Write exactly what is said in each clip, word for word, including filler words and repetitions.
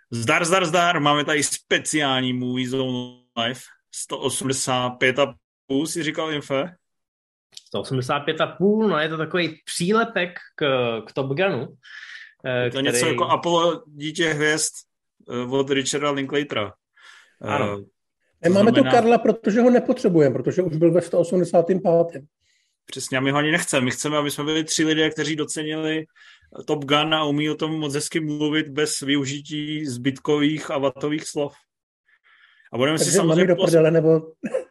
Zdar, zdar, zdar, máme tady speciální Movie Zone Live, sto osmdesát pět a půl, si říkal Infe? sto osmdesát pět a půl, no je to takový přílepek k, k Top Gunu. Je to který... něco jako Apollo dítě hvězd od Richarda Linklatera. Ano. Nemáme znamená... tu Karla, protože ho nepotřebujeme, protože už byl ve sto osmdesátém pátém Přesně, a my ho ani nechceme. My chceme, aby jsme byli tři lidé, kteří docenili Top Gun a umí o tom moc hezky mluvit bez využití zbytkových a vatových slov. A budeme Takže si samozřejmě... do prdele, nebo...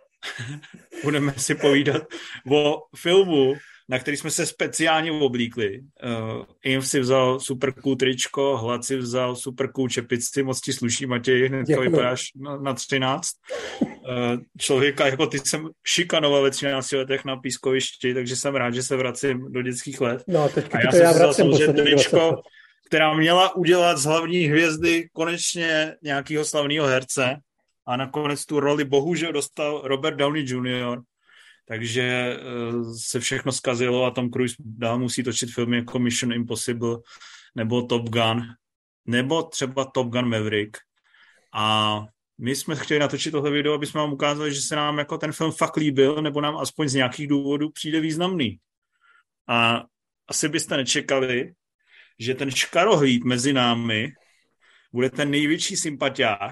budeme si povídat o filmu, na který jsme se speciálně oblíkli. Uh, Inf si vzal super cool tričko, Hlad si vzal super cool čepici, moc ti sluší, Matěj, hnedka vypadáš na, na třináct. Uh, člověka, jako ty jsem šikanoval ve třinácti letech na pískovišti, takže jsem rád, že se vracím do dětských let. No, teďka a já to jsem já si vzal samozřejmě tričko, která měla udělat z hlavní hvězdy konečně nějakého slavného herce, a nakonec tu roli bohužel dostal Robert Downey junior, takže uh, se všechno zkazilo a Tom Cruise dál musí točit filmy jako Mission Impossible nebo Top Gun, nebo třeba Top Gun Maverick. A my jsme chtěli natočit tohle video, aby jsme vám ukázali, že se nám jako ten film fakt líbil, nebo nám aspoň z nějakých důvodů přijde významný. A asi byste nečekali, že ten škarohlíd mezi námi bude ten největší sympatiák.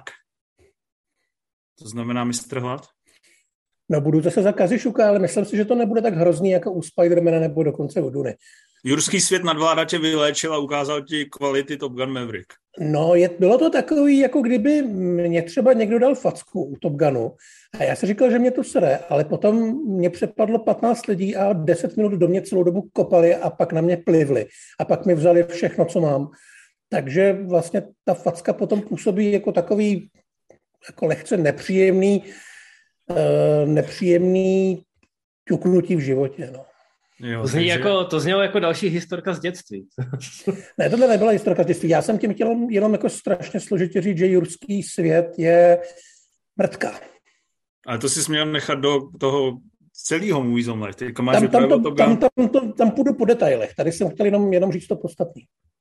To znamená mistr Hlad? No budu zase za Kazišuka, ale myslím si, že to nebude tak hrozný jako u Spidermana nebo dokonce u Duny. Jurský svět nadvláda tě vyléčil a ukázal ti kvality Top Gun Maverick. No, je, bylo to takový, jako kdyby mě třeba někdo dal facku u Top Gunu a já si říkal, že mě to sere, ale potom mě přepadlo patnáct lidí a deset minut do mě celou dobu kopali a pak na mě plivli a pak mi vzali všechno, co mám. Takže vlastně ta facka potom působí jako takový jako lehce nepříjemný, uh, nepříjemný ťuknutí v životě. No. Jo, to, zní takže... jako, to znělo jako další historka z dětství. Ne, tohle nebyla historka z dětství. Já jsem tím chtěl jenom jako strašně složitě říct, že jurský svět je mrtka. Ale to si směl nechat do toho celého Movie Zone Live. Tam, tam, to, tam, tam, to, tam půjdu po detailech. Tady jsem chtěl jenom, jenom říct to podstatné.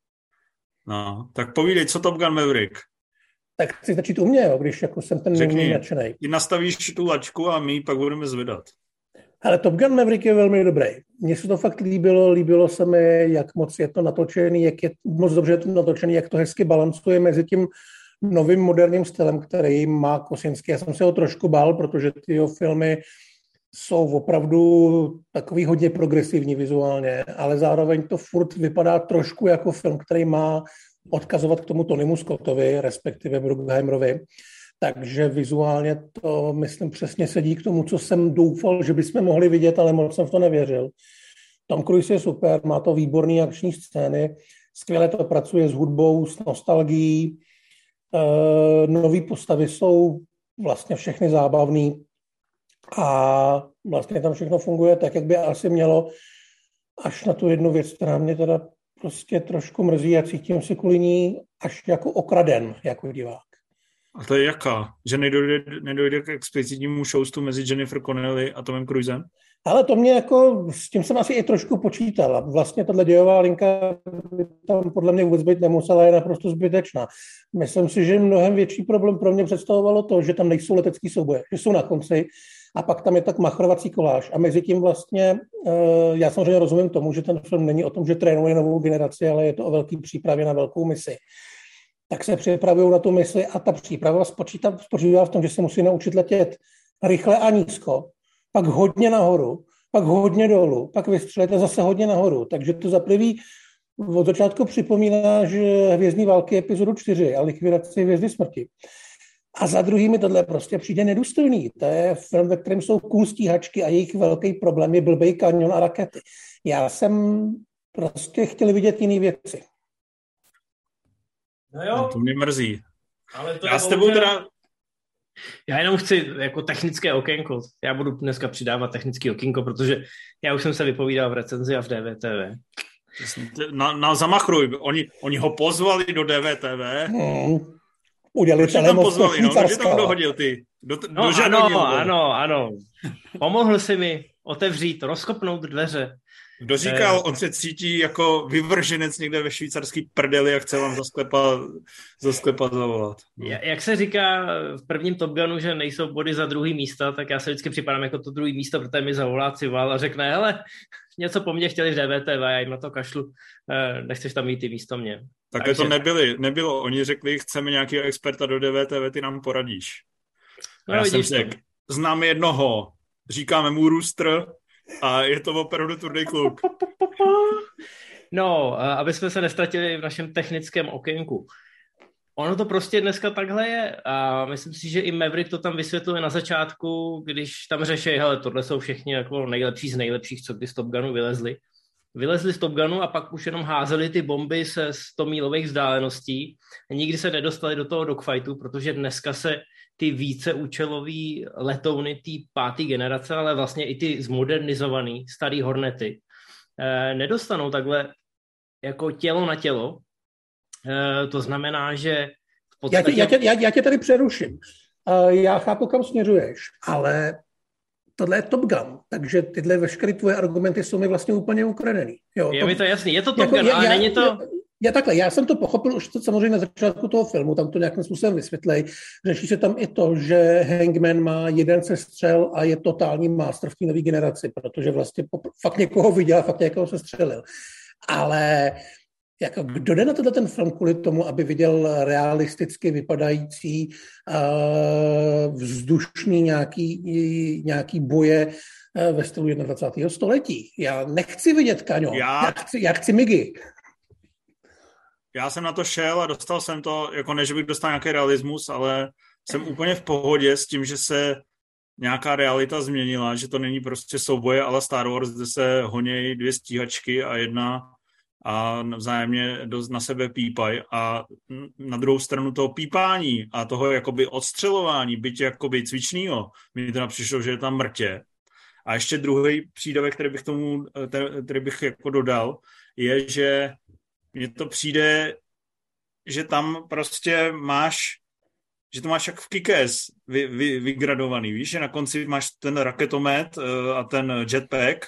No, tak povídej, co Top Gun Maverick? Tak chci začít u mě, jo, když jako jsem ten nejméně nadšenej. Ty nastavíš tu lačku a my pak budeme zvedat. Ale Top Gun Maverick je velmi dobrý. Mně se to fakt líbilo, líbilo se mi, jak moc je to natočený, jak je moc dobře je to natočený, jak to hezky balancuje mezi tím novým moderním stylem, který má Kosinský. Já jsem se ho trošku bál, protože ty jeho filmy jsou opravdu takový hodně progresivní vizuálně, ale zároveň to furt vypadá trošku jako film, který má odkazovat k tomu Tonymu Scottovi, respektive Bruckheimerovi. Takže vizuálně to, myslím, přesně sedí k tomu, co jsem doufal, že bychom mohli vidět, ale moc jsem v to nevěřil. Tom Cruise je super, má to výborný akční scény, skvěle to pracuje s hudbou, s nostalgií. E, nový postavy jsou vlastně všechny zábavný a vlastně tam všechno funguje tak, jak by asi mělo, až na tu jednu věc, která mě teda prostě trošku mrzí a cítím si kvůli ní až jako okraden, jako divák. A to je jaká? Že nedojde, nedojde k explicitnímu showstu mezi Jennifer Connelly a Tomem Cruisem? Ale to mě jako, s tím jsem asi i trošku počítal. A vlastně tato dějová linka by tam podle mě vůbec být nemusela, je naprosto zbytečná. Myslím si, že mnohem větší problém pro mě představovalo to, že tam nejsou letecký souboje, že jsou na konci a pak tam je tak machrovací koláž. A mezi tím vlastně, já samozřejmě rozumím tomu, že ten film není o tom, že trénuje novou generaci, ale je to o velké přípravě na velkou misi. Tak se připravují na tu misi a ta příprava spočítá, spočívá v tom, že se musí naučit letět rychle a nízko, pak hodně nahoru, pak hodně dolů, pak vystřelit a zase hodně nahoru. Takže to za prvý od začátku připomíná, že Hvězdní války epizodu čtyři a likvidaci Hvězdy smrti. A za druhý mi tohle prostě přijde nedůstojný. To je film, ve kterém jsou cool stíhačky a jejich velký problém je blbej kanion a rakety. Já jsem prostě chtěl vidět jiné věci. No jo. To mě mrzí. Ale to já s tebou teda... Já jenom chci jako technické okénko. Já budu dneska přidávat technické okénko, protože já už jsem se vypovídal v recenzi a v D V T V. Na, na zamachruj. Oni, oni ho pozvali do D V T V. Hmm. Udělali tam pozvali, no? Kdo tam dohodil ty? Do, no ano, ano, ano. Pomohl si mi otevřít, rozkopnout dveře. Kdo říkal, on se cítí jako vyvrženec někde ve švýcarský prdeli a chce vám zasklepat, zasklepat zavolat. No. Jak se říká v prvním Top Gunu, že nejsou body za druhý místa, tak já se vždycky připadám jako to druhý místo, protože mi zavolá Cival a řekne, hele, něco po mně chtěli v D V T V, já jim na to kašlu, nechceš tam mít i místo mě. Také Takže... to nebyli, nebylo, oni řekli, chceme nějakého experta do D V T V, ty nám poradíš. No, já jsem řekl, znám jednoho, říkáme mu Rooster, a je to opravdu tvrdý kluk. No, aby jsme se nestratili v našem technickém okénku. Ono to prostě dneska takhle je a myslím si, že i Maverick to tam vysvětluje na začátku, když tam řeší, hele, tohle jsou všichni jako nejlepší z nejlepších, co kdy z Top Gunu vylezli. Vylezli z Top Gunu a pak už jenom házeli ty bomby se sto mílových vzdáleností a nikdy se nedostali do toho dogfightu, protože dneska se ty víceúčelový letouny té páté generace, ale vlastně i ty zmodernizovaný starý Hornety, eh, nedostanou takhle jako tělo na tělo. Eh, to znamená, že v podstatě... Já tě, já tě, já tě tady přeruším. Uh, já chápu, kam směřuješ, ale tohle je Top Gun, takže tyhle veškeré tvoje argumenty jsou mi vlastně úplně ukradený. Jo, je to, mi to jasný, je to Top jako, Gun, já, ale já, není to... Já, já takhle, já jsem to pochopil už to samozřejmě na začátku toho filmu, tam to nějakým způsobem vysvětlej. Řeší se tam i to, že Hangman má jeden sestřel a je totální master v té nové generaci, protože vlastně fakt někoho viděl, fakt někoho sestřelil. Ale jako kdo jde na tenhle ten film kvůli tomu, aby viděl realisticky vypadající uh, vzdušný nějaký, nějaký boje uh, ve stylu dvacátého prvního století. Já nechci vidět kaňo, já, já, chci, já chci migy. Já jsem na to šel a dostal jsem to, jako ne, že bych dostal nějaký realismus, ale jsem úplně v pohodě s tím, že se nějaká realita změnila, že to není prostě souboje ale Star Wars, kde se honějí dvě stíhačky a jedna a vzájemně na sebe pípají a na druhou stranu toho pípání a toho jakoby odstřelování, byť jakoby cvičnýho, mi teda přišlo, že je tam mrtě. A ještě druhý přídavek, který bych tomu, který bych jako dodal, je, že mně to přijde, že tam prostě máš, že to máš jak v Kick-Ass vy, vy, vygradovaný, víš, že na konci máš ten raketomet a ten jetpack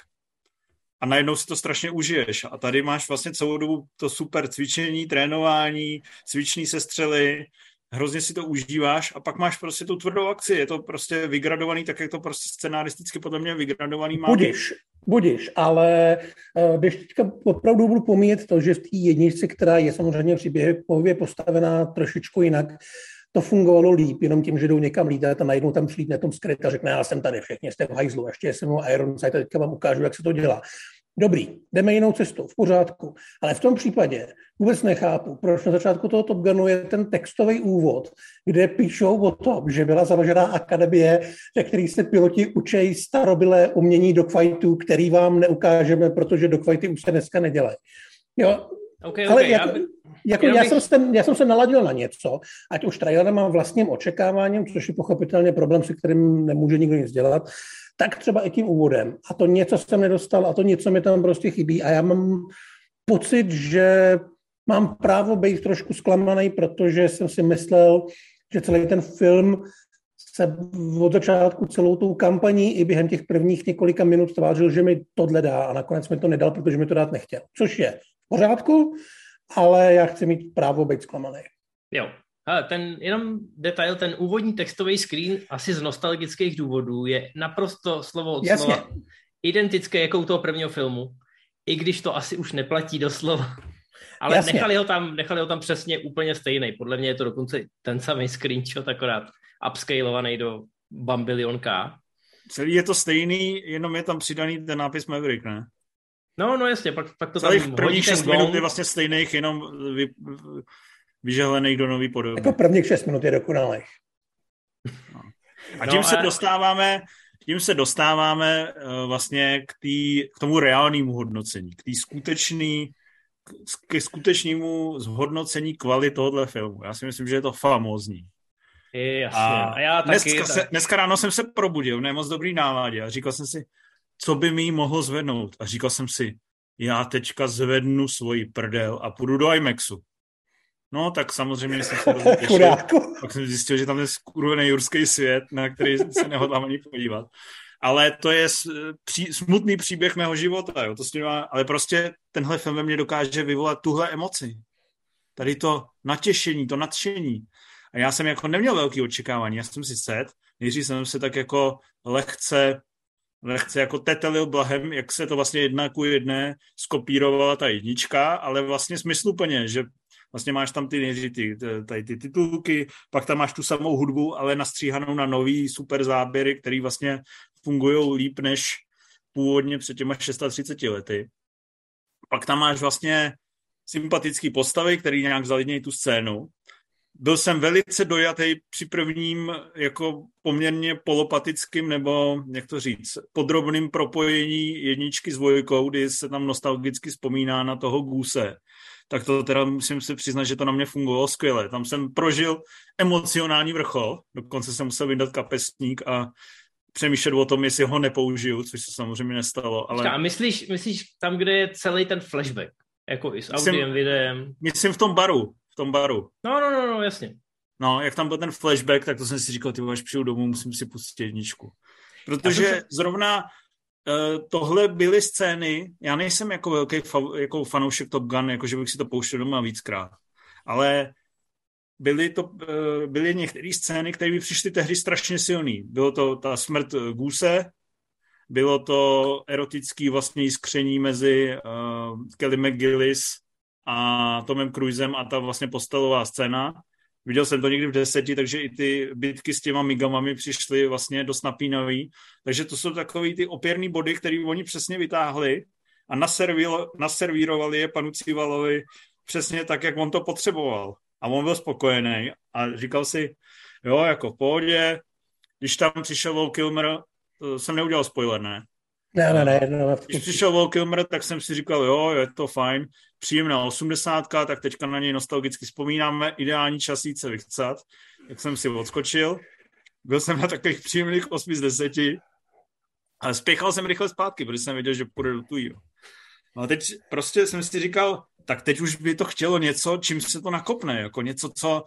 a najednou si to strašně užiješ. A tady máš vlastně celou dobu to super cvičení, trénování, cvičný sestřely, hrozně si to užíváš a pak máš prostě tu tvrdou akci. Je to prostě vygradovaný, tak jak to prostě scenaristicky podle mě vygradovaný má. Budiš, budiš, ale když teďka opravdu budu pomíjet to, že v té jedničce, která je samozřejmě příběhově postavená trošičku jinak, to fungovalo líp, jenom tím, že jdou někam lítat a najednou tam přilítne Tom Skryt a řekne, já jsem tady, všichni jste v hajzlu, ještě jsem mu Ironside, teďka vám ukážu, jak se to dělá. Dobrý, jdeme jinou cestou, v pořádku. Ale v tom případě vůbec nechápu, proč na začátku toho Top Gunu je ten textový úvod, kde píšou o tom, že byla založená akademie, ve který se piloti učejí starobylé umění dogfightů, který vám neukážeme, protože dogfighty už se dneska nedělají. Jo, okay, ale okay, jako, já, by, jako já, bych... jsem se, já jsem se naladil na něco, ať už trailerem a vlastním očekáváním, což je pochopitelně problém, se kterým nemůže nikdo nic dělat, tak třeba i tím úvodem. A to něco jsem nedostal a to něco mi tam prostě chybí. A já mám pocit, že mám právo být trošku zklamaný, protože jsem si myslel, že celý ten film se od začátku celou tou kampaní i během těch prvních několika minut tvářil, že mi tohle dá a nakonec mi to nedal, protože mi to dát nechtěl. Což je v pořádku, ale já chci mít právo být zklamaný. Jo. Hele, ten jenom detail, ten úvodní textový screen asi z nostalgických důvodů je naprosto slovo od Jasně. slova identické jako u toho prvního filmu, i když to asi už neplatí doslova. Ale nechali ho, tam, nechali ho tam přesně úplně stejný. Podle mě je to dokonce ten samý screenshot, akorát upscalovaný do bambilion K. Celý je to stejný, jenom je tam přidaný ten nápis Maverick, ne? No, no jasně, pak, pak to celých tam prvních šest minut je vlastně stejných, jenom vy, vyžehlených do nový podoby. Jako prvních šest minut je dokonalých. No. A tím no se a... dostáváme, tím se dostáváme uh, vlastně k, tý, k tomu reálnému hodnocení, k té skutečný, k skutečnému zhodnocení kvality tohohle filmu. Já si myslím, že je to famózní. Je, jasně. A, a já taky, dneska, tak... se, dneska ráno jsem se probudil v nemoc dobrý náladě a říkal jsem si, co by mi mohlo zvednout. A říkal jsem si, já teďka zvednu svoji prdel a půjdu do IMAXu. No, tak samozřejmě jsem se rozhodl. Pak jsem zjistil, že tam je skurvený jurský svět, na který se nehodlám ani podívat. ale to je pří, smutný příběh mého života, jo, to s tím má, ale prostě tenhle film ve mně dokáže vyvolat tuhle emoci. Tady to natěšení, to nadšení. A já jsem jako neměl velký očekávání, já jsem si set, nejdřív jsem se tak jako lehce, lehce jako tetelil blahem, jak se to vlastně jedna ku jedné skopírovala ta jednička, ale vlastně smysluplně, že vlastně máš tam ty nejdřív ty, ty, ty titulky, pak tam máš tu samou hudbu, ale nastříhanou na nový super záběry, který vlastně fungují líp než původně před těma třiceti šesti lety. Pak tam máš vlastně sympatický postavy, který nějak zalidnějí tu scénu. Byl jsem velice dojatý při prvním jako poměrně polopatickým nebo, jak to říct, podrobným propojení jedničky s dvojkou, kdy se tam nostalgicky vzpomíná na toho Goose. Tak to teda musím si přiznat, že to na mě fungovalo skvěle. Tam jsem prožil emocionální vrchol, dokonce jsem musel vyndat kapesník a přemýšlet o tom, jestli ho nepoužiju, což se samozřejmě nestalo. Ale... A myslíš, myslíš tam, kde je celý ten flashback? Jako i s myslím, audiem, videem? Myslím v tom baru. V tom baru. No, no, no, no, jasně. No, jak tam byl ten flashback, tak to jsem si říkal, ty až přijdu domů, musím si pustit jedničku. Protože se... zrovna uh, tohle byly scény, já nejsem jako velký fa- jako fanoušek Top Gun, jako že bych si to pouštěl doma víckrát, ale byly, to, uh, byly některé scény, které by přišly tehdy strašně silný. Bylo to ta smrt Goose, bylo to erotický vlastně jiskření mezi uh, Kelly McGillis a Tomem Cruisem a ta vlastně postelová scéna. Viděl jsem to někdy v deseti, takže i ty bitky s těma migamami přišly vlastně dost napínavý. Takže to jsou takový ty opěrný body, které oni přesně vytáhli a naservírovali je panu Civalovi přesně tak, jak on to potřeboval. A on byl spokojený a říkal si, jo, jako v pohodě, když tam přišel Val Kilmer, jsem neudělal spoiler, ne? Ne, ne, ne. ne. Když přišel Val Kilmer, tak jsem si říkal, jo, je to fajn, příjemná osmdesátka, tak teďka na něj nostalgicky vzpomínáme, ideální čas jít se vychcat, jak jsem si odskočil. Byl jsem na takových příjemných osmi z deseti, ale spěchal jsem rychle zpátky, protože jsem věděl, že půjde do tují. No a teď prostě jsem si říkal, tak teď už by to chtělo něco, čím se to nakopne, jako něco, co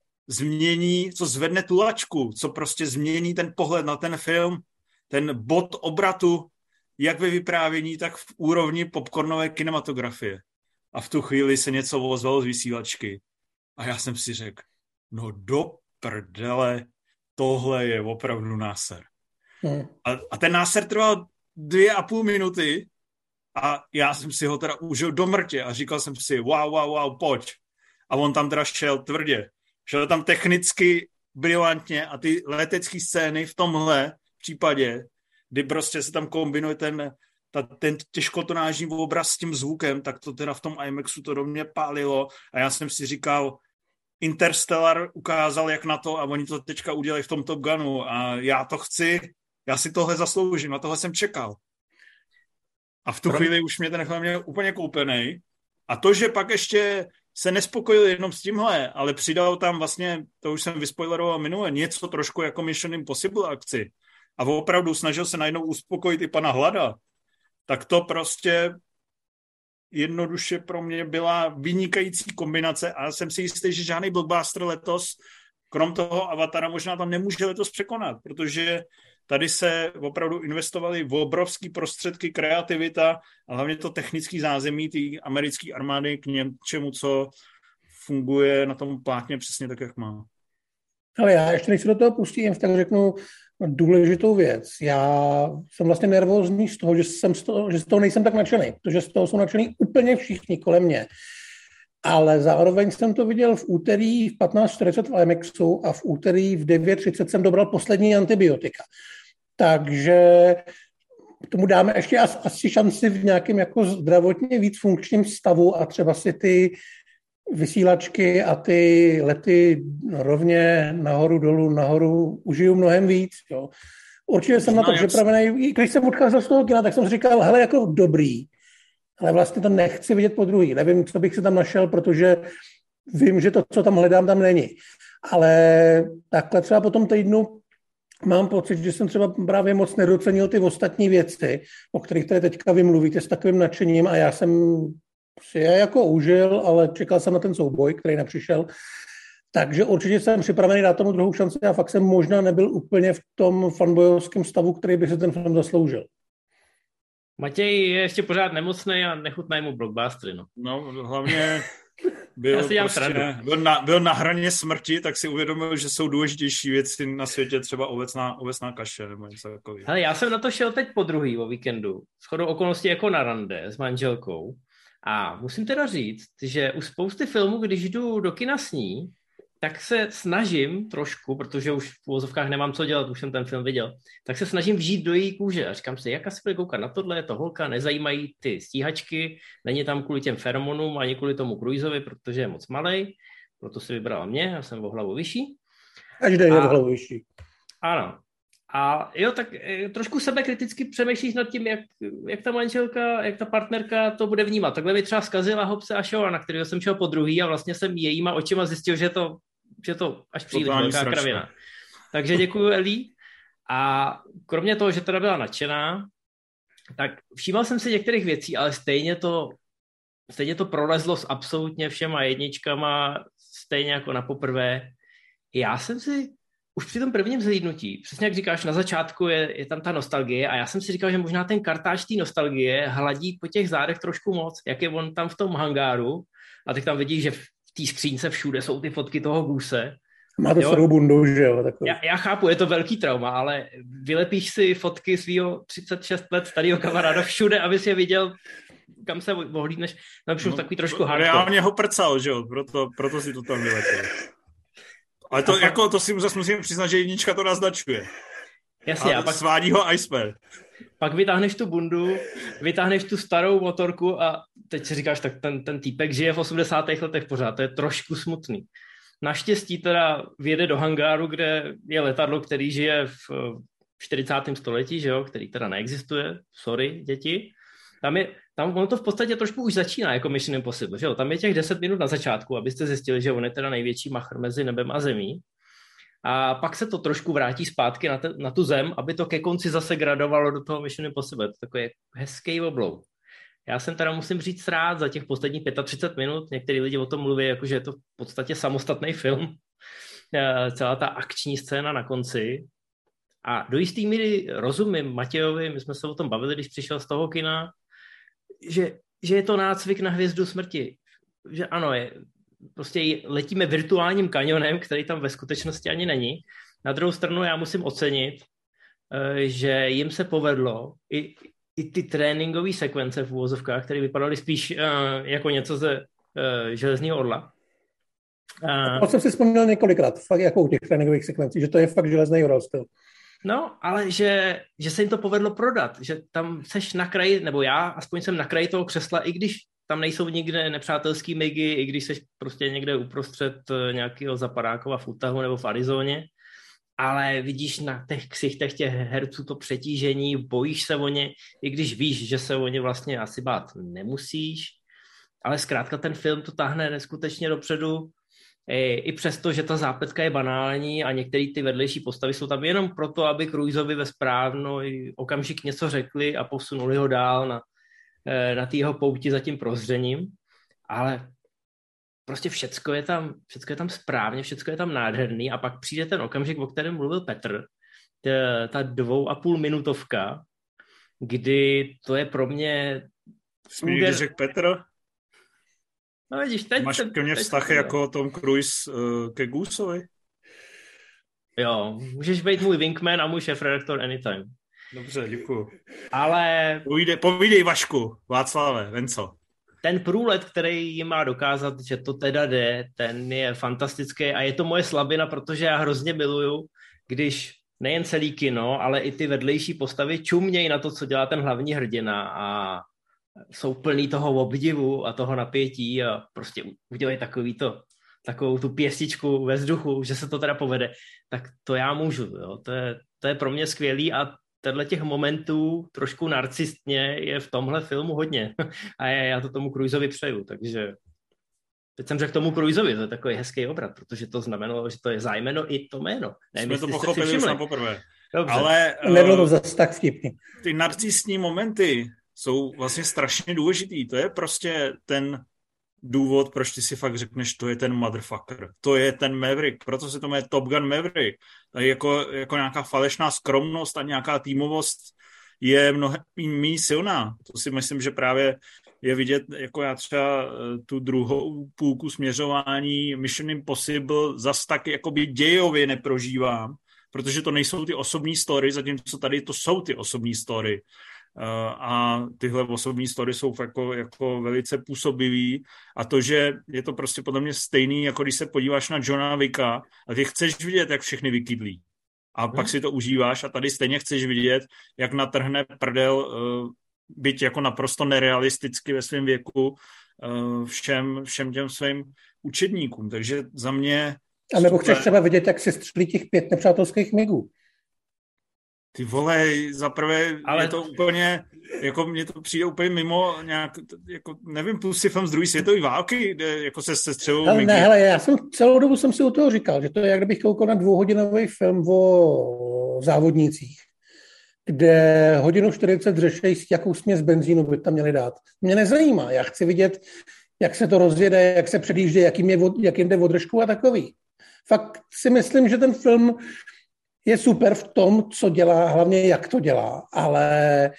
změní, co zvedne tu lačku, co prostě změní ten pohled na ten film, ten bod obratu, jak ve vyprávění, tak v úrovni popcornové kinematografie. A v tu chvíli se něco ozvalo z vysílačky. A já jsem si řekl, no do prdele, tohle je opravdu náser. Hmm. A, a ten náser trval dvě a půl minuty a já jsem si ho teda užil do mrtě a říkal jsem si, wow, wow, wow, pojď. A on tam teda šel tvrdě. Šel tam technicky brilantně a ty letecké scény v tomhle případě, kdy prostě se tam kombinuje ten, ta, ten těžkotonážní obraz s tím zvukem, tak to teda v tom IMAXu to do mě pálilo a já jsem si říkal, Interstellar ukázal, jak na to a oni to teďka udělají v tom Top Gunu a já to chci, já si tohle zasloužím, na tohle jsem čekal. A v tu chvíli už mě ten film měl úplně koupený a to, že pak ještě se nespokojil jenom s tímhle, ale přidal tam vlastně, to už jsem vyspoileroval minule, něco trošku jako Mission Impossible akci a opravdu snažil se najednou uspokojit i pana Hlada, tak to prostě jednoduše pro mě byla vynikající kombinace a jsem si jistý, že žádný blockbuster letos, krom toho Avatara, možná tam nemůže letos překonat, protože tady se opravdu investovali v obrovský prostředky, kreativita a hlavně to technický zázemí té americké armády k něčemu, co funguje na tom plátně přesně tak, jak má. Ale já ještě než se do toho pustím, tak řeknu důležitou věc. Já jsem vlastně nervózní z toho, že, jsem z toho, že z toho nejsem tak nadšený, protože z toho jsou nadšený úplně všichni kolem mě. Ale zároveň jsem to viděl v úterý v patnáct čtyřicet v IMAXu a v úterý v devět třicet jsem dobral poslední antibiotika. Takže tomu dáme ještě asi šanci v nějakém jako zdravotně víc funkčním stavu a třeba si ty vysílačky a ty lety rovně nahoru, dolů, nahoru užiju mnohem víc. Jo. Určitě jsem no, na to připravený. Když jsem odcházel z toho kina, tak jsem si říkal, hele, jako dobrý, ale vlastně to nechci vidět po druhý. Nevím, co bych si tam našel, protože vím, že to, co tam hledám, tam není. Ale takhle třeba po tom týdnu mám pocit, že jsem třeba právě moc nedocenil ty ostatní věci, o kterých tady teďka vy mluvíte s takovým nadšením a já jsem si je jako užil, ale čekal jsem na ten souboj, který nepřišel. Takže určitě jsem připravený dát tomu druhou šanci a fakt jsem možná nebyl úplně v tom fanbojovském stavu, který by si ten film zasloužil. Matěj je ještě pořád nemocný a nechutnají mu blockbustery. No, no hlavně byl, prostě, byl, na, byl na hraně smrti, tak si uvědomil, že jsou důležitější věci na světě, třeba ovesná, ovesná kaše nebo něco takového. Hele, já jsem na to šel teď po druhý o víkendu, shodou okolností jako na rande s manželkou. A musím teda říct, že u spousty filmů, když jdu do kina s ní, tak se snažím trošku, protože už v uvozovkách nemám co dělat, už jsem ten film viděl, tak se snažím vžít do její kůže a říkám si, jak asi bude koukat na tohle, je to holka, nezajímají ty stíhačky, není tam kvůli těm feromonům ani kvůli tomu Cruiseovi, protože je moc malej, proto si vybrala mě, já jsem o hlavu vyšší. Až jde o hlavu vyšší. Ano. A jo, tak trošku sebekriticky přemýšlíš nad tím, jak, jak ta manželka, jak ta partnerka to bude vnímat. Takhle mi třeba zkazila Hobbse a Shaw, na kterého jsem šel po druhý a vlastně jsem jejíma očima zjistil, že to, že to až příliš velká kravina. Takže děkuju, Eli. A kromě toho, že teda byla nadšená, tak všímal jsem si některých věcí, ale stejně to, stejně to prolezlo s absolutně všema jedničkama, stejně jako na poprvé. Já jsem si už při tom prvním zhlídnutí, přesně jak říkáš, na začátku je, je tam ta nostalgie a já jsem si říkal, že možná ten kartáč té nostalgie hladí po těch zádech trošku moc, jak je on tam v tom hangáru a teď tam vidíš, že v té skřínce všude jsou ty fotky toho Goose. Má to starou bundu, že jo? Já, já chápu, je to velký trauma, ale vylepíš si fotky svýho třicet šest let starého kamaráda všude, abys je viděl, kam se ohlídneš, tam no, takový trošku hardcore. Reálně ho prcal, že jo? Proto, proto si to tam vylepil. Ale to, pak, jako, to si zase musím přiznat, že jednička to naznačuje. Jasně, a, a pak svádí ho Iceman. Pak vytáhneš tu bundu, vytáhneš tu starou motorku a teď si říkáš, tak ten, ten týpek žije v osmdesátých letech pořád, to je trošku smutný. Naštěstí teda vjede do hangáru, kde je letadlo, který žije v čtyřicátém století, že jo, který teda neexistuje, sorry, děti. Tam je, tam ono to v podstatě trošku už začíná jako Mission Impossible, že jo? Tam je těch deset minut na začátku, abyste zjistili, že on je teda největší machr mezi nebem a zemí. A pak se to trošku vrátí zpátky na, te, na tu zem, aby to ke konci zase gradovalo do toho Mission Impossible. To takový hezký oblouk. Já jsem teda musím říct rád za těch posledních třicet pět minut. Některý lidi o tom mluví, jako že je to v podstatě samostatný film. Celá ta akční scéna na konci. A do jistý míry rozumím Matějovi, my jsme se o tom bavili, když přišel z toho kina, že, že je to nácvik na hvězdu smrti. Že ano, je, prostě letíme virtuálním kanionem, který tam ve skutečnosti ani není. Na druhou stranu já musím ocenit, že jim se povedlo i, i ty tréninkové sekvence v uvozovkách, které vypadaly spíš uh, jako něco ze uh, Železného orla. Uh, to jsem si vzpomněl několikrát, fakt jako u těch tréninkových sekvencí, že to je fakt Železný orel styl. No, ale že, že se jim to povedlo prodat, že tam seš na kraji, nebo já aspoň jsem na kraji toho křesla, i když tam nejsou nikde nepřátelský migy, i když seš prostě někde uprostřed nějakého zapadákova v Utahu nebo v Arizoně, ale vidíš na těch ksichtech těch herců to přetížení, bojíš se o ně, i když víš, že se o ně vlastně asi bát nemusíš, ale zkrátka ten film to táhne neskutečně dopředu, i přesto, že ta zápletka je banální a některé ty vedlejší postavy jsou tam jenom proto, aby Cruiseovi ve správný okamžik něco řekli a posunuli ho dál na, na té jeho pouti za tím prozřením, ale prostě všecko je tam, všecko je tam správně, všecko je tam nádherný a pak přijde ten okamžik, o kterém mluvil Petr, ta, ta dvou a půl minutovka, kdy to je pro mě... Smíš, když řekl Petr? No vidíš, teď... Máš ke mně vztah teď, jako Tom Cruise uh, ke Gooseovi? Jo, můžeš být můj wingman a můj šéfredaktor anytime. Dobře, děkuju. Ale... Povídej, povídej Vašku, Václave, Venco. Ten průlet, který jim má dokázat, že to teda jde, ten je fantastický a je to moje slabina, protože já hrozně miluju, když nejen celý kino, ale i ty vedlejší postavy čumějí na to, co dělá ten hlavní hrdina a jsou plný toho obdivu a toho napětí a prostě udělají takový to, takovou tu pěstičku ve vzduchu, že se to teda povede, tak to já můžu. Jo. To, je, to je pro mě skvělý a tenhle těch momentů trošku narcistně je v tomhle filmu hodně. A já to tomu Cruiseovi přeju, takže teď jsem řekl tomu Cruiseovi, to je takový hezký obrat, protože to znamenalo, že to je zájmeno i to jméno. Jsme to pochopili už na poprvé. Dobře. Ale nebylo to zase tak vtipný. Ty narcistní momenty jsou vlastně strašně důležitý. To je prostě ten důvod, proč ty si fakt řekneš, to je ten motherfucker, to je ten Maverick, proto se to jmenuje Top Gun Maverick. Tady jako, jako nějaká falešná skromnost a nějaká týmovost je mnohem méně silná. To si myslím, že právě je vidět, jako já třeba tu druhou půlku směřování Mission Impossible zas tak jakoby dějově neprožívám, protože to nejsou ty osobní story, zatímco tady to jsou ty osobní story. A tyhle osobní story jsou jako, jako velice působivý a to, že je to prostě podle mě stejný, jako když se podíváš na Johna Wicka a ty chceš vidět, jak všechny vykydlí. A hmm. pak si to užíváš a tady stejně chceš vidět, jak natrhne prdel, byť jako naprosto nerealisticky ve svém věku, všem, všem těm svým učedníkům. Takže za mě... A nebo chceš třeba vidět, jak se střelí těch pět nepřátelských migů. Ty vole, zaprvé ale... je to úplně, jako mně to přijde úplně mimo nějak, jako nevím, plus si film z druhé světové války, kde jako se sestřelou migy. Ne, hele, já jsem celou dobu jsem si u toho říkal, že to je, jak kdybych koukal na dvouhodinový film o závodnících, kde hodinu čtyřicet řešejí, jakou směs benzínu by tam měli dát. Mě nezajímá, já chci vidět, jak se to rozjede, jak se předjíždí, jak jim, je, jak jim jde od držku a takový. Fakt si myslím, že ten film je super v tom, co dělá, hlavně jak to dělá, ale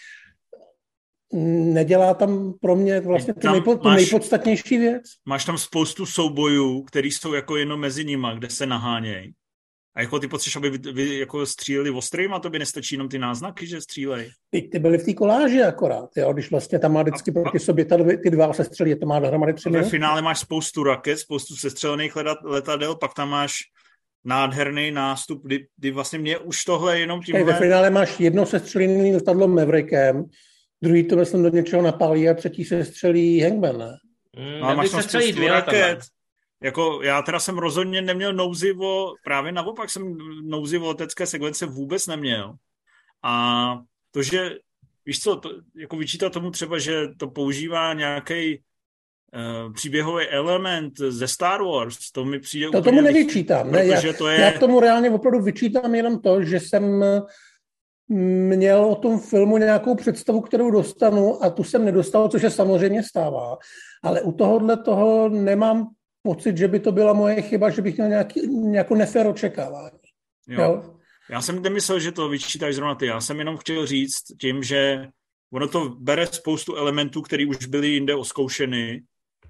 nedělá tam pro mě vlastně tu, nejpo, tu máš, nejpodstatnější věc. Máš tam spoustu soubojů, které jsou jako jenom mezi nima, kde se nahánějí. A jako ty potřebuješ, aby vy, vy jako stříleli ostrým a to by nestačí jenom ty náznaky, že střílej. Ty, ty byly v té koláži akorát, jo, když vlastně tam má vždycky a, proti a, sobě ta, ty dva sestřelí, to má dohromady tři minuty. Ve finále máš spoustu raket, spoustu sestřelených letadel, pak tam máš nádherný nástup, kdy, kdy vlastně mě už tohle jenom tímhle... Ve finále máš jedno sestřelený letadlo Maverickem, druhý to myslím do něčeho napálí a třetí sestřelí Hangman, ne? Mm, no a máš tam spoustu raket. Jako, já teda jsem rozhodně neměl nouzi o, právě naopak jsem nouzi o letecké sekvence vůbec neměl. A to, že, víš co, to, jako vyčítat tomu třeba, že to používá nějaký uh, příběhový element ze Star Wars, to mi přijde to úplně... To tomu nevyčítám. Ne, já, to je... já tomu reálně opravdu vyčítám jenom to, že jsem měl o tom filmu nějakou představu, kterou dostanu a tu jsem nedostal, což se samozřejmě stává. Ale u tohohle toho nemám pocit, že by to byla moje chyba, že bych měl nějaký, nějakou nefér očekávání. Jo. Jo? Já jsem nemyslel, že to vyčítáš zrovna ty. Já jsem jenom chtěl říct tím, že ono to bere spoustu elementů, které už byly jinde oskoušeny,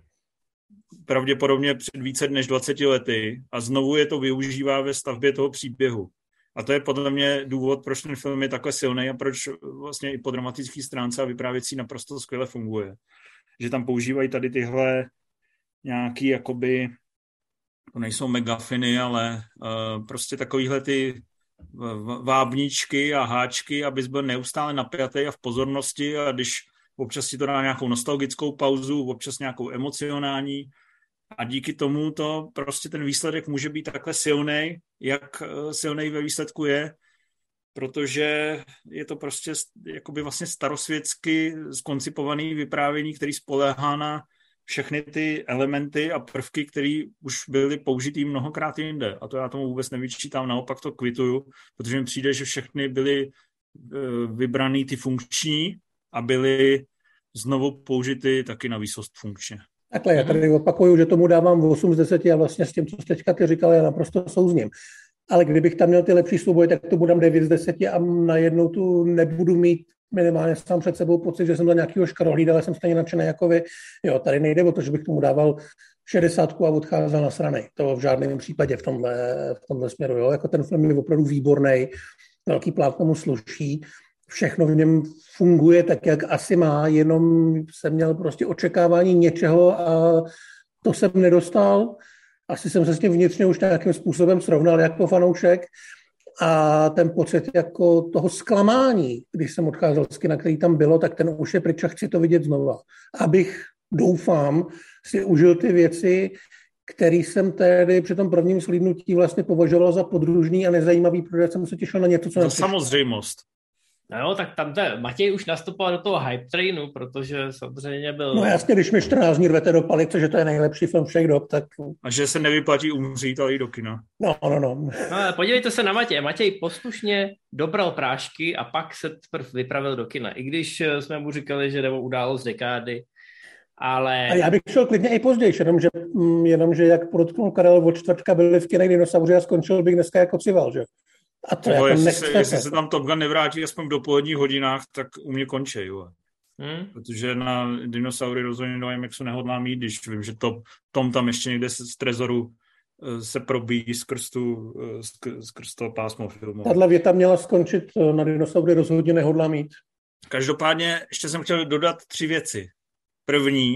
pravděpodobně před více než dvaceti lety a znovu je to využívá ve stavbě toho příběhu. A to je podle mě důvod, proč ten film je takhle silný a proč vlastně i po dramatické stránce a vyprávěcí naprosto skvěle funguje. Že tam používají tady tyhle nějaký jakoby, to nejsou megafiny, ale uh, prostě takovýhle ty vábničky a háčky, abys byl neustále napjatý a v pozornosti a když občas ti to dá nějakou nostalgickou pauzu, občas nějakou emocionální a díky tomu to prostě ten výsledek může být takhle silnej, jak silnej ve výsledku je, protože je to prostě jakoby vlastně starosvětsky zkoncipovaný vyprávění, který spoléhá na všechny ty elementy a prvky, které už byly použitý mnohokrát jinde. A to já tomu vůbec nevyčítám, naopak to kvituju, protože mi přijde, že všechny byly vybraný ty funkční a byly znovu použity taky na výsost funkčně. Takhle, já tady opakuju, že tomu dávám osm z deseti a vlastně s tím, co jsi teďka ty říkal, já naprosto souzním. Ale kdybych tam měl ty lepší souboje, tak tomu dám devět z deseti a najednou tu nebudu mít minimálně sám před sebou pocit, že jsem za nějakýho škarohlíd, ale jsem stejně nadšený jako vy. Jo, tady nejde o to, že bych tomu dával šedesátku a odcházel na straně. To v žádném případě v tomhle, v tomhle směru. Jo. Jako ten film je opravdu výborný, velký plát tomu sluší, všechno v něm funguje tak, jak asi má, jenom jsem měl prostě očekávání něčeho a to jsem nedostal. Asi jsem se s tím vnitřně už nějakým způsobem srovnal jako fanoušek. A ten pocit jako toho zklamání, když jsem odcházel z kina, který tam bylo, tak ten už je pryč a chci to vidět znova. Abych, doufám, si užil ty věci, které jsem tedy při tom prvním slídnutí vlastně považoval za podružný a nezajímavý, protože jsem se těšil na něco, co za samozřejmost. No jo, tak tam to, Matěj už nastupoval do toho hype trainu, protože samozřejmě byl... No jasně, když mi čtrnáct dní rvete do palice, že to je nejlepší film všech dob, tak... A že se nevyplatí umřít, ale i do kina. No, no, no. No, podívejte se na Matěj. Matěj poslušně dobral prášky a pak se teprve vypravil do kina. I když jsme mu říkali, že jde o událost dekády, Ale... A já bych šel klidně i později, jenomže, jenomže jak podotknul Karel, od čtvrtka byli v kinech dinosauři a skončil bych dneska jako cival, že? A to Tohle, jako jestli, nechcete. se, jestli se tam Top Gun nevrátí aspoň v dopoledních hodinách, tak u mě končí, jo. Hmm? Protože na dinosaury rozhodně do IMAXu nehodlám jít, když vím, že to, Tom tam ještě někde z trezoru se probíjí skrz, tu, skrz, skrz to pásmo filmu. Tahle věta měla skončit na dinosaury, rozhodně nehodlám mít. Každopádně ještě jsem chtěl dodat tři věci. První,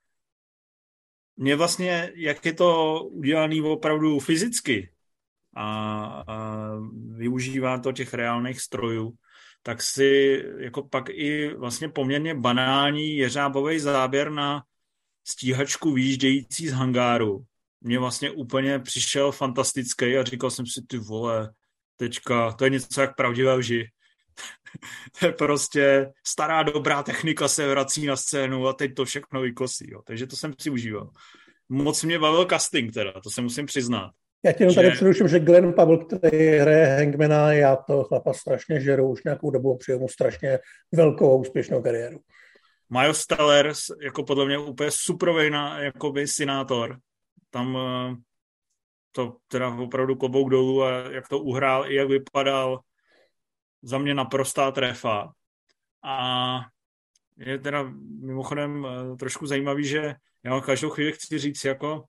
mě vlastně, jak je to udělané opravdu fyzicky a, a využívá to těch reálných strojů, tak si jako pak i vlastně poměrně banální jeřábový záběr na stíhačku výjíždějící z hangáru mě vlastně úplně přišel fantastický a říkal jsem si, ty vole, tečka, to je něco jak pravdivé lži. To je prostě stará dobrá technika se vrací na scénu a teď to všechno vykosí. Jo. Takže to jsem si užíval. Moc mě bavil casting teda, to se musím přiznat. Já tě jenom že... tady přeruším, že Glenn Powell, který hraje Hangmana, já to chlapa strašně žeru už nějakou dobu a přijel mu strašně velkou a úspěšnou kariéru. Miles Teller, jako podle mě úplně suprovej na, jakoby synátor. Tam to teda opravdu klobouk dolů a jak to uhrál i jak vypadal, za mě naprostá trefa. A je teda mimochodem trošku zajímavý, že já každou chvíli chci říct, jako,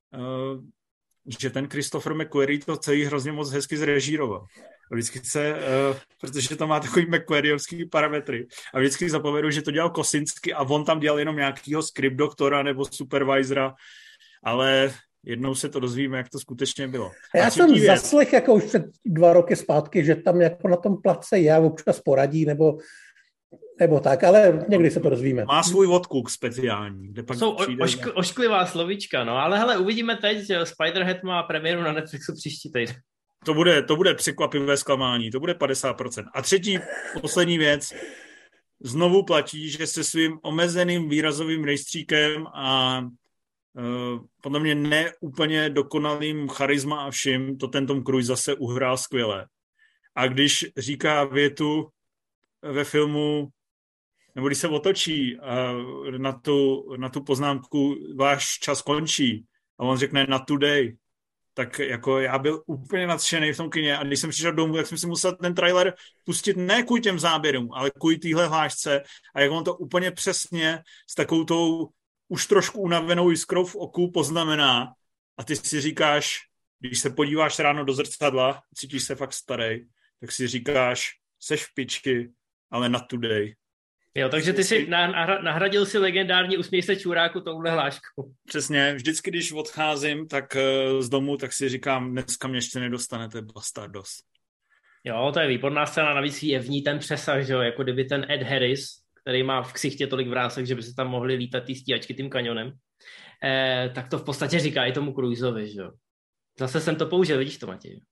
že ten Christopher McQuarrie to celý hrozně moc hezky zrežíroval. A vždycky se, protože to má takový McQuarrievský parametry, a vždycky zapovedu, že to dělal Kosinski a on tam dělal jenom nějakýho script doktora nebo supervisora, ale jednou se to dozvíme, jak to skutečně bylo. Já jsem zaslech jako už před dva roky zpátky, že tam jako na tom place já občas poradí, nebo, nebo tak, ale někdy se to dozvíme. Má svůj odkuk speciální. Kde pak jsou ošk- ošklivá slovíčka, no, ale hele, uvidíme teď, že Spiderhead má premiéru na Netflixu příští týden. To bude, to bude překvapivé zklamání, to bude padesát procent. A třetí, poslední věc, znovu platí, že se svým omezeným výrazovým rejstříkem a Uh, podle mě ne úplně dokonalým charisma a vším, to ten Tom Cruise zase uhrál skvěle. A když říká větu ve filmu, nebo když se otočí uh, na, tu, na tu poznámku, váš čas končí, a on řekne not today, tak jako já byl úplně nadšený v tom kině a když jsem přišel domů, tak jsem si musel ten trailer pustit ne kvůli těm záběrům, ale kvůli téhle hlášce a jak on to úplně přesně s takovou tou už trošku unavenou jiskrou v oku poznamená a ty si říkáš, když se podíváš ráno do zrcadla, cítíš se fakt starej, tak si říkáš, seš v pičky, ale not today. Jo, takže ty si nahradil si legendární usměj se čuráku touhle hlášku. Přesně, vždycky, když odcházím tak z domu, tak si říkám, dneska mě ještě nedostanete, bastardos. Jo, to je výborná scéna, navíc je v ní ten přesah, že jo, jako kdyby ten Ed Harris, který má v ksichtě tolik vrásek, že by se tam mohli lítat ty stíhačky tím kanionem, eh, tak to v podstatě říká i tomu Cruiseovi, že jo. Zase jsem to použil, vidíš to, Matěj.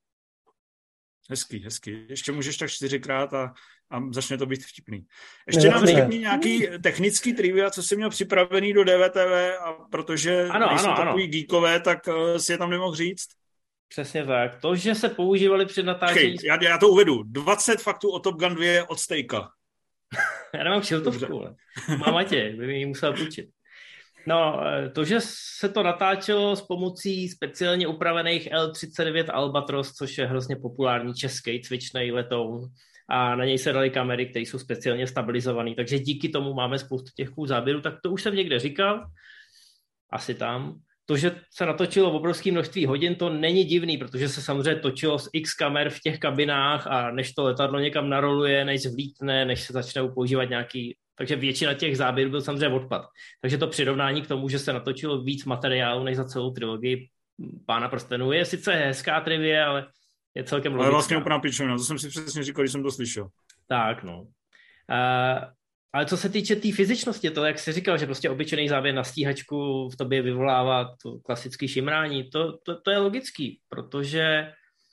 Hezký, hezký. Ještě můžeš tak čtyřikrát a, a začne to být vtipný. Ještě nám řekni nějaký technický trivia, co jsi měl připravený do D V T V, a protože ano, nejsou ano, takový ano. geekové, tak uh, si je tam nemohl říct. Přesně tak. To, že se používali před natáčením... Počkej, já, já to uvedu. dvacet faktů o Top Gun dva od Stejka. Já nemám kšiltovku, ale mám Matěj, by mi ji musel půjčit. No, to, že se to natáčelo s pomocí speciálně upravených L třicet devět Albatros, což je hrozně populární český cvičnej letoun, a na něj se dali kamery, které jsou speciálně stabilizované, takže díky tomu máme spoustu těch kůl záběrů, tak to už jsem někde říkal, asi tam. To, že se natočilo v obrovské množství hodin, to není divný, protože se samozřejmě točilo s x kamer v těch kabinách a než to letadlo někam naroluje, než zvlítne, než se začnou používat nějaký... Takže většina těch záběrů byl samozřejmě odpad. Takže to přirovnání k tomu, že se natočilo víc materiálu než za celou trilogii Pána prstenů, je sice hezká trivie, ale je celkem logická. Ale vlastně úplná pičovina, to jsem si přesně říkal, když jsem to slyšel. Tak, no. Uh, ale co se týče té tý fyzičnosti, to, jak jsi říkal, že prostě obyčejný záběr na stíhačku v tobě vyvolává to klasické šimrání, to, to, to je logický, protože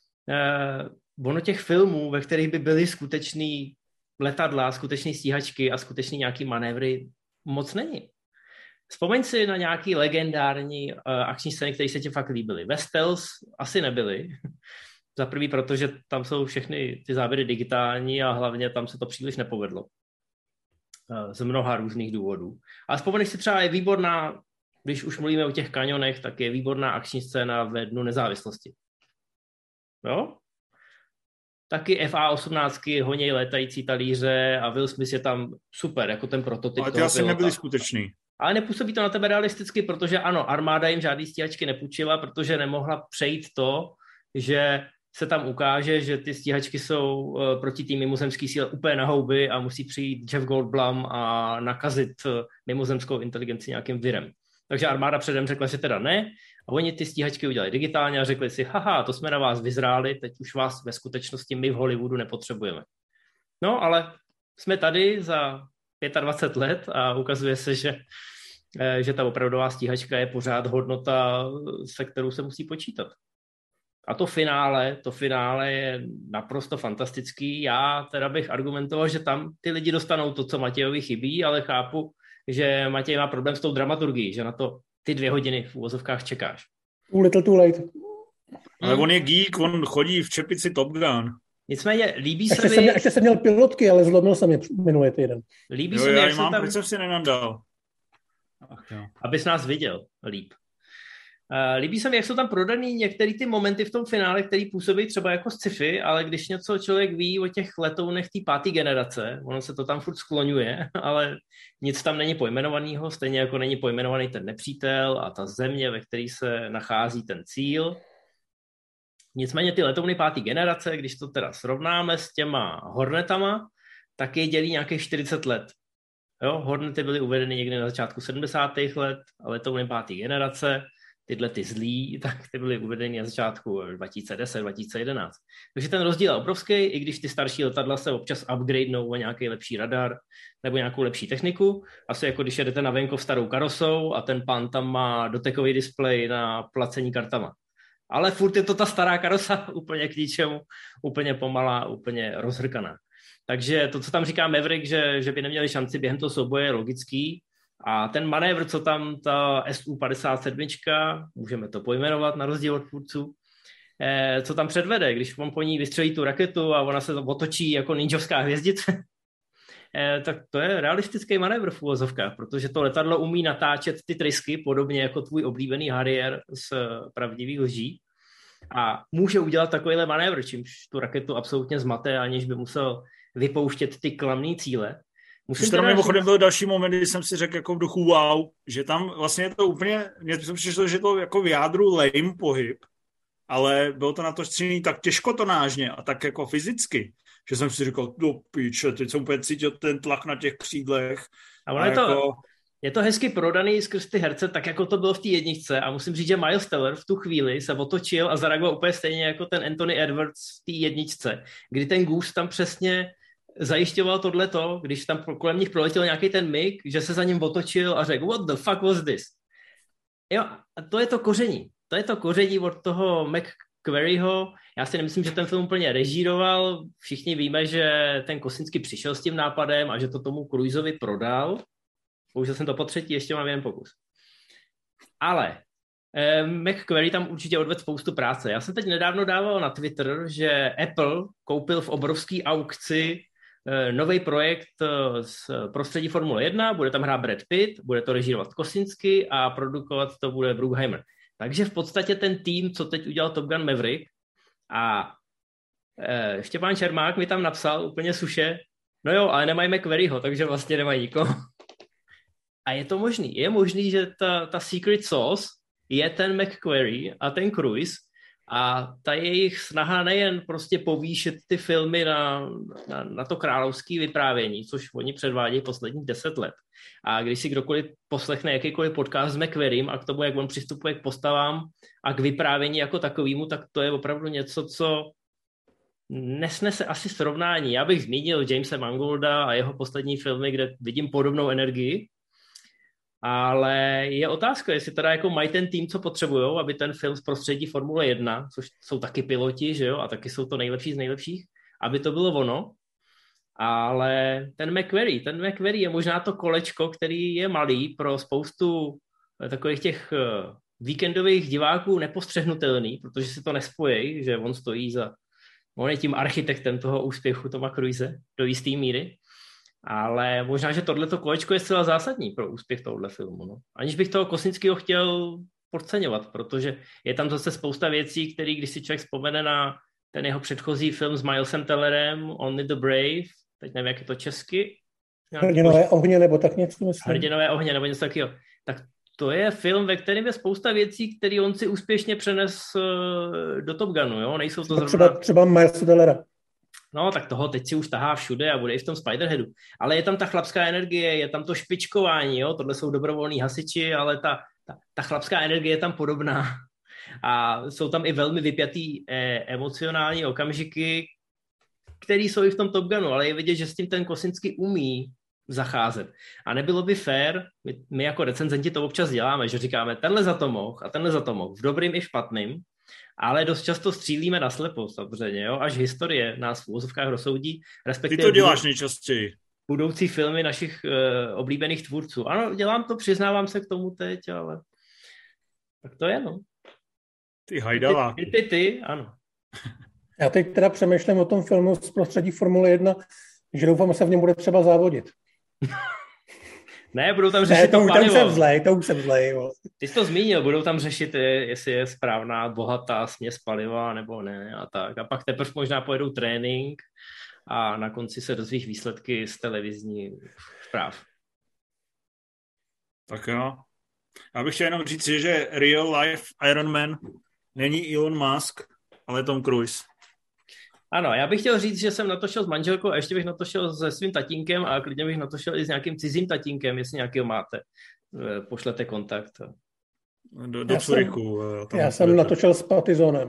uh, ono těch filmů, ve kterých by byly skutečný letadla, skutečný stíhačky a skutečný nějaký manévry, moc není. Vzpomeň si na nějaký legendární uh, akční scény, které se ti fakt líbily. Ve Stealth asi nebyly. Za prvý, protože tam jsou všechny ty záběry digitální a hlavně tam se to příliš nepovedlo. z mnoha různých důvodů. Ale vzpomeneš si třeba, je výborná, když už mluvíme o těch kanionech, tak je výborná akční scéna ve Dnu nezávislosti. Jo? Taky F A osmnáct honěj létající talíře a Will Smith je tam super, jako ten prototyp. Ale ty asi nebyli skutečný. Ale nepůsobí to na tebe realisticky, protože ano, armáda jim žádný stíhačky nepůjčila, protože nemohla přejít to, že se tam ukáže, že ty stíhačky jsou uh, proti té mimozemské síle úplně na houby a musí přijít Jeff Goldblum a nakazit uh, mimozemskou inteligenci nějakým virem. Takže armáda předem řekla, že teda ne, a oni ty stíhačky udělali digitálně a řekli si, haha, to jsme na vás vyzráli, teď už vás ve skutečnosti my v Hollywoodu nepotřebujeme. No, ale jsme tady za dvacet pět let a ukazuje se, že, že ta opravdová stíhačka je pořád hodnota, se kterou se musí počítat. A to finále, to finále je naprosto fantastický. Já teda bych argumentoval, že tam ty lidi dostanou to, co Matějovi chybí, ale chápu, že Matěj má problém s tou dramaturgií, že na to ty dvě hodiny v uvozovkách čekáš. Too little too late. Ale on je geek, on chodí v čepici Top Gun. Nicméně líbí ještě se jsem, mi... Ještě jsem měl pilotky, ale zlomil jsem je minulý týden. Líbí jo, se mi, já jak mám, tam... proč jsem si nenadal? Ach, jo. Abys nás viděl líp. Uh, líbí se mi, jak jsou tam prodaný některé ty momenty v tom finále, které působí třeba jako sci-fi, ale když něco člověk ví o těch letounech té páté generace, ono se to tam furt skloňuje, ale nic tam není pojmenovaného, stejně jako není pojmenovaný ten nepřítel a ta země, ve které se nachází ten cíl. Nicméně ty letouny páté generace, když to teda srovnáme s těma Hornetama, tak je dělí nějakých čtyřicet let. Jo, Hornety byly uvedeny někdy na začátku sedmdesátých let, a letouny páté generace, tyhle ty zlí, tak ty byly uvedeny na začátku dva tisíce deset, dva tisíce jedenáct. Takže ten rozdíl je obrovský, i když ty starší letadla se občas upgradenou o nějaký lepší radar nebo nějakou lepší techniku. Asi jako když jedete na venkov starou karosou a ten pán tam má dotekový displej na placení kartama. Ale furt je to ta stará karosa úplně k ničemu, úplně pomalá, úplně rozhrkaná. Takže to, co tam říká Maverick, že, že by neměli šanci během toho souboje, je logický. A ten manévr, co tam ta S U padesát sedm, můžeme to pojmenovat na rozdíl od tvůrců, eh, co tam předvede, když on po ní vystřelí tu raketu a ona se otočí jako ninjovská hvězdice, eh, tak to je realistický manévr v uvozovkách, protože to letadlo umí natáčet ty trysky, podobně jako tvůj oblíbený Harrier z Pravdivých lží, a může udělat takovýhle manévr, čímž tu raketu absolutně zmate, aniž by musel vypouštět ty klamný cíle. Musím teda mimochodem byl další moment, kdy jsem si řekl jako v duchu wow, že tam vlastně je to úplně, mně jsem přišlo, že to jako v jádru lame pohyb, ale bylo to natočený tak těžkotonážně a tak jako fyzicky, že jsem si říkal, do píče, teď jsem úplně cítil ten tlak na těch křídlech. A ono a je, jako... to, je to hezky prodaný skrz ty herce, tak jako to bylo v té jedničce, a musím říct, že Miles Teller v tu chvíli se otočil a zareagoval úplně stejně jako ten Anthony Edwards v té jedničce, kdy ten Goose tam přesně zajišťoval tohleto, když tam kolem nich proletěl nějaký ten mig, že se za ním otočil a řekl, what the fuck was this? Jo, a to je to koření. To je to koření od toho McQuarrieho. Já si nemyslím, že ten film úplně režíroval. Všichni víme, že ten Kosinski přišel s tím nápadem a že to tomu Cruiseovi prodal. Použil jsem to po třetí, ještě mám jeden pokus. Ale eh, McQuarrie tam určitě odvedl spoustu práce. Já jsem teď nedávno dával na Twitter, že Apple koupil v obrovské aukci nový projekt z prostředí Formule jedna, bude tam hrát Brad Pitt, bude to režírovat Kosinski a produkovat to bude Bruckheimer. Takže v podstatě ten tým, co teď udělal Top Gun Maverick, a e, Štěpán Čermák mi tam napsal úplně suše, no jo, ale nemají McQuarrieho, takže vlastně nemají nikoho. A je to možný. Je možný, že ta, ta secret sauce je ten McQuarrie a ten Cruise, a ta jejich snaha nejen prostě povýšit ty filmy na, na, na to královské vyprávění, což oni předvádějí posledních deset let. A když si kdokoliv poslechne jakýkoliv podcast s McQuarriem a k tomu, jak on přistupuje k postavám a k vyprávění jako takovému, tak to je opravdu něco, co nesnese asi srovnání. Já bych zmínil Jamesa Mangolda a jeho poslední filmy, kde vidím podobnou energii, ale je otázka, jestli teda jako mají ten tým, co potřebujou, aby ten film z prostředí Formule jedna, což jsou taky piloti, že jo, a taky jsou to nejlepší z nejlepších, aby to bylo ono. Ale ten McQuarrie, ten McQuarrie je možná to kolečko, který je malý pro spoustu takových těch víkendových diváků nepostřehnutelný, protože si to nespojí, že on stojí za, on je tím architektem toho úspěchu Toma Cruise do jisté míry. Ale možná, že tohleto kolečko je zcela zásadní pro úspěch tohohle filmu. No. Aniž bych toho Kosinského chtěl podceňovat, protože je tam zase spousta věcí, které, když si člověk vzpomene na ten jeho předchozí film s Milesem Tellerem, Only the Brave, teď nevím, jak je to česky. Hrdinové ohně, nebo tak něco myslím. Hrdinové ohně, nebo něco takového. Tak to je film, ve kterém je spousta věcí, které on si úspěšně přenes do Top Gunu, jo? Nejsou to zrovna... Třeba, třeba Milesa Tellera. No, tak toho teď si už tahá všude a bude i v tom Spiderheadu. Ale je tam ta chlapská energie, je tam to špičkování, jo? Tohle jsou dobrovolní hasiči, ale ta, ta, ta chlapská energie je tam podobná. A jsou tam i velmi vypjatý eh, emocionální okamžiky, které jsou i v tom Top Gunu, ale je vidět, že s tím ten Kosinský umí zacházet. A nebylo by fér, my, my jako recenzenti to občas děláme, že říkáme, tenhle za to mohl a tenhle za to mohl, v dobrým i špatným, ale dost často střílíme na slepo, samozřejmě, jo? Až historie nás v úvozovkách rozsoudí, respektive... Ty to děláš nejčastěji. Budoucí filmy našich uh, oblíbených tvůrců. Ano, dělám to, přiznávám se k tomu teď, ale tak to je, no. Ty hajdala. Ty, ty, ty, ty, ano. Já teď teda přemýšlím o tom filmu z prostředí Formule jedna, že doufám, že se v něm bude třeba závodit. Ne, budou tam řešit ne, to, to palivo. To už jsem zlej, to už jsem zlej. Jo. Ty jsi to zmínil, budou tam řešit, jestli je správná, bohatá směs paliva nebo ne a tak. A pak teprve možná pojedou trénink a na konci se dozvíš výsledky z televizní zpráv. Tak jo. Já bych chtěl jenom říct, že real life Iron Man není Elon Musk, ale Tom Cruise. Ano, já bych chtěl říct, že jsem na to šel s manželkou a ještě bych na to šel se svým tatínkem a klidně bych na to šel i s nějakým cizím tatínkem, jestli nějakého máte. Pošlete kontakt. Do, do Curichu. Já, já jsem na to šel s Patizonem.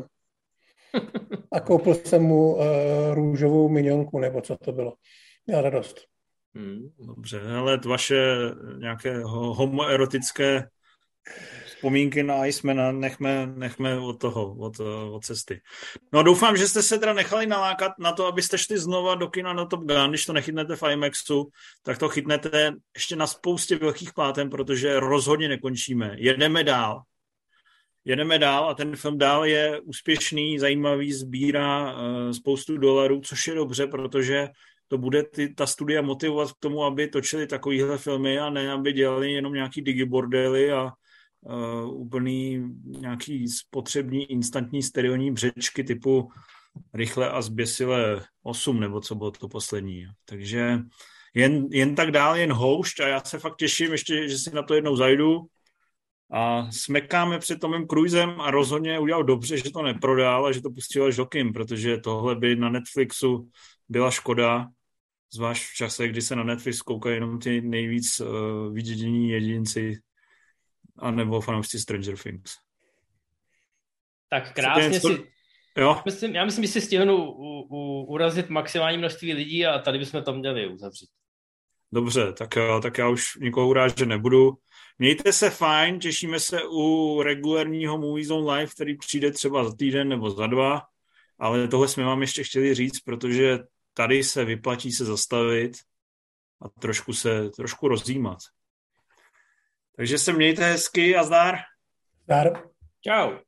A koupil jsem mu uh, růžovou minionku, nebo co to bylo. Měl radost. Hmm, dobře, ale vaše nějaké homoerotické vzpomínky na Icemana nechme, nechme od toho, od, od cesty. No doufám, že jste se teda nechali nalákat na to, abyste šli znova do kina na Top Gun, když to nechytnete v IMAXu, tak to chytnete ještě na spoustě velkých pláten, protože rozhodně nekončíme. Jedeme dál. Jedeme dál a ten film dál je úspěšný, zajímavý, sbírá uh, spoustu dolarů, což je dobře, protože to bude ty, ta studia motivovat k tomu, aby točili takovýhle filmy a ne, aby dělali jenom nějaký digibordely a uh, úplný nějaký spotřební, instantní sterilní břečky typu Rychle a zběsile osm, nebo co bylo to poslední. Takže jen, jen tak dál, jen houšť a já se fakt těším ještě, že si na to jednou zajdu a smekáme před Tomem Cruisem a rozhodně udělal dobře, že to neprodal a že to pustil až do kin, protože tohle by na Netflixu byla škoda, zvlášť v čase, kdy se na Netflix koukají jenom ty nejvíc uh, vidění jedinci anebo fanoušci Stranger Things. Tak krásně si... Jo? Myslím, já myslím, že si stihnu u, u, urazit maximální množství lidí a tady bychom to měli uzavřít. Dobře, tak, tak já už nikoho urážet nebudu. Mějte se fajn, těšíme se u regulárního Movie Zone Live, který přijde třeba za týden nebo za dva, ale tohle jsme vám ještě chtěli říct, protože tady se vyplatí se zastavit a trošku se trošku rozjímat. Takže se mějte hezky a zdar. Zdar. Čau.